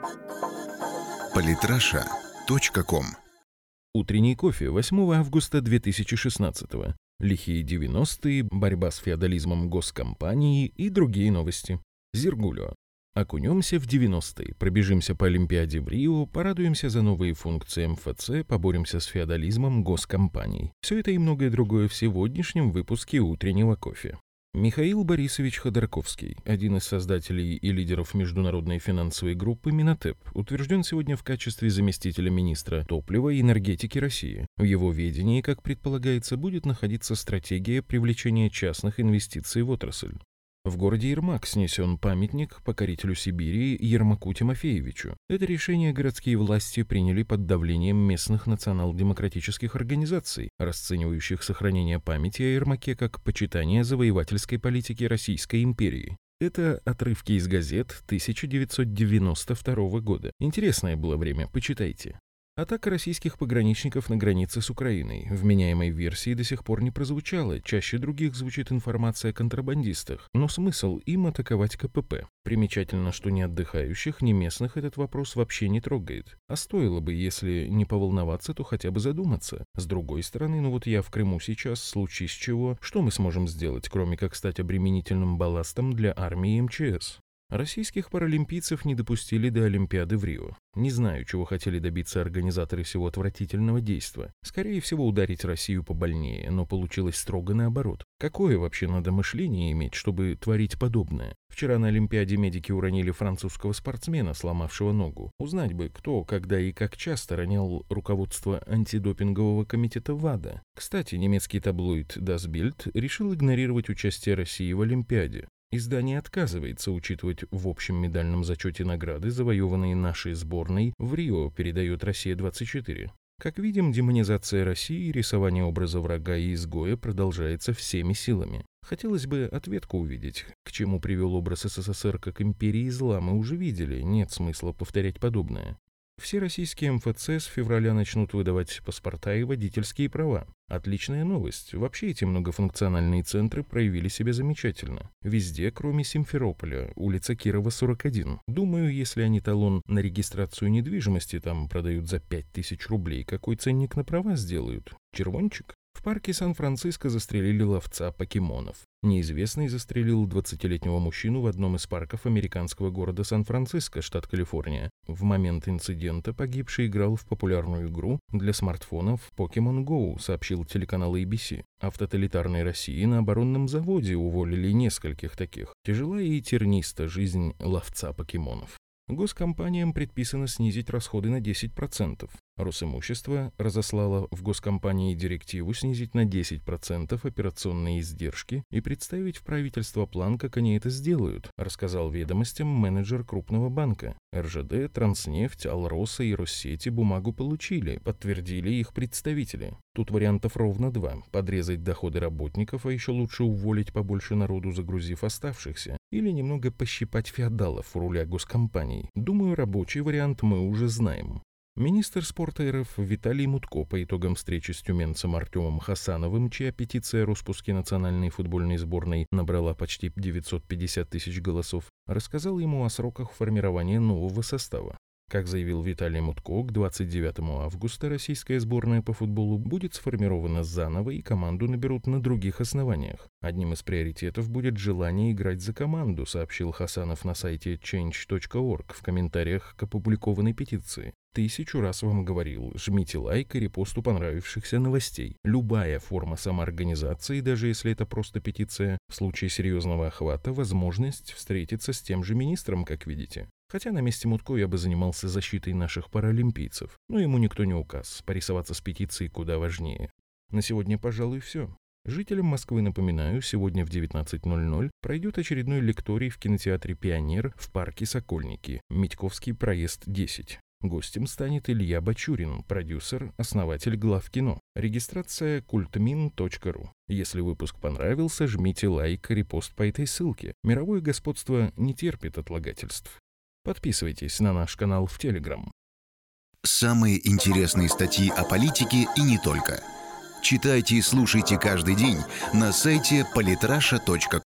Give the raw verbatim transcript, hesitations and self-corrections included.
политраша точка ком. Утренний кофе восьмого августа две тысячи шестнадцатого. Лихие девяностые, борьба с феодализмом госкомпании и другие новости. Зиргулио. Окунемся в девяностые, пробежимся по Олимпиаде в Рио, порадуемся за новые функции эм эф цэ, поборемся с феодализмом госкомпаний. Все это и многое другое в сегодняшнем выпуске утреннего кофе. Михаил Борисович Ходорковский, один из создателей и лидеров международной финансовой группы Минотеп, утвержден сегодня в качестве заместителя министра топлива и энергетики России. В его ведении, как предполагается, будет находиться стратегия привлечения частных инвестиций в отрасль. В городе Ермак снесен памятник покорителю Сибири Ермаку Тимофеевичу. Это решение городские власти приняли под давлением местных национал-демократических организаций, расценивающих сохранение памяти о Ермаке как почитание завоевательской политики Российской империи. Это отрывки из газет тысяча девятьсот девяносто второго года. Интересное было время, почитайте. Атака российских пограничников на границе с Украиной. В вменяемой версии до сих пор не прозвучала, чаще других звучит информация о контрабандистах, но смысл им атаковать ка пэ пэ. Примечательно, что ни отдыхающих, ни местных этот вопрос вообще не трогает. А стоило бы, если не поволноваться, то хотя бы задуматься. С другой стороны, ну вот я в Крыму сейчас, случись чего, что мы сможем сделать, кроме как стать обременительным балластом для армии и эм че эс? Российских паралимпийцев не допустили до Олимпиады в Рио. Не знаю, чего хотели добиться организаторы всего отвратительного действа. Скорее всего, ударить Россию побольнее, но получилось строго наоборот. Какое вообще надо мышление иметь, чтобы творить подобное? Вчера на Олимпиаде медики уронили французского спортсмена, сломавшего ногу. Узнать бы, кто, когда и как часто ронял руководство антидопингового комитета ВАДА. Кстати, немецкий таблоид Das Bild решил игнорировать участие России в Олимпиаде. Издание отказывается учитывать в общем медальном зачете награды, завоеванные нашей сборной в Рио, передает Россия двадцать четыре. Как видим, демонизация России и рисование образа врага и изгоя продолжается всеми силами. Хотелось бы ответку увидеть. К чему привел образ эс эс эс эр как империи зла, мы уже видели, нет смысла повторять подобное. Все российские эм эф цэ с февраля начнут выдавать паспорта и водительские права. Отличная новость. Вообще эти многофункциональные центры проявили себя замечательно. Везде, кроме Симферополя, улица Кирова, сорок один. Думаю, если они талон на регистрацию недвижимости там продают за пять тысяч рублей, какой ценник на права сделают? Червончик? В парке Сан-Франциско застрелили ловца покемонов. Неизвестный застрелил двадцатилетнего мужчину в одном из парков американского города Сан-Франциско, штат Калифорния. В момент инцидента погибший играл в популярную игру для смартфонов Pokemon Go, сообщил телеканал эй би си. А в тоталитарной России на оборонном заводе уволили нескольких таких. Тяжелая и терниста жизнь ловца покемонов. Госкомпаниям предписано снизить расходы на десять процентов. Росимущество разослало в госкомпании директиву снизить на десять процентов операционные издержки и представить в правительство план, как они это сделают, рассказал ведомостям менеджер крупного банка. эр жэ дэ, Транснефть, Алроса и Россети бумагу получили, подтвердили их представители. Тут вариантов ровно два. Подрезать доходы работников, а еще лучше уволить побольше народу, загрузив оставшихся. Или немного пощипать феодалов у руля госкомпаний. Думаю, рабочий вариант мы уже знаем. Министр спорта эр эф Виталий Мутко по итогам встречи с тюменцем Артемом Хасановым, чья петиция о распуске национальной футбольной сборной набрала почти девятьсот пятьдесят тысяч голосов, рассказал ему о сроках формирования нового состава. Как заявил Виталий Мутко, к двадцать девятому августа российская сборная по футболу будет сформирована заново и команду наберут на других основаниях. Одним из приоритетов будет желание играть за команду, сообщил Хасанов на сайте чейндж точка орг в комментариях к опубликованной петиции. Тысячу раз вам говорил, жмите лайк и репосту понравившихся новостей. Любая форма самоорганизации, даже если это просто петиция, в случае серьезного охвата, возможность встретиться с тем же министром, как видите. Хотя на месте Мутко я бы занимался защитой наших паралимпийцев. Но ему никто не указ, порисоваться с петицией куда важнее. На сегодня, пожалуй, все. Жителям Москвы напоминаю, сегодня в девятнадцать ноль ноль пройдет очередной лекторий в кинотеатре «Пионер» в парке Сокольники, Митьковский проезд десять. Гостем станет Илья Бачурин, продюсер, основатель Главкино. Регистрация культмин точка ру. Если выпуск понравился, жмите лайк и репост по этой ссылке. Мировое господство не терпит отлагательств. Подписывайтесь на наш канал в Телеграм. Самые интересные статьи о политике и не только. Читайте и слушайте каждый день на сайте политраша точка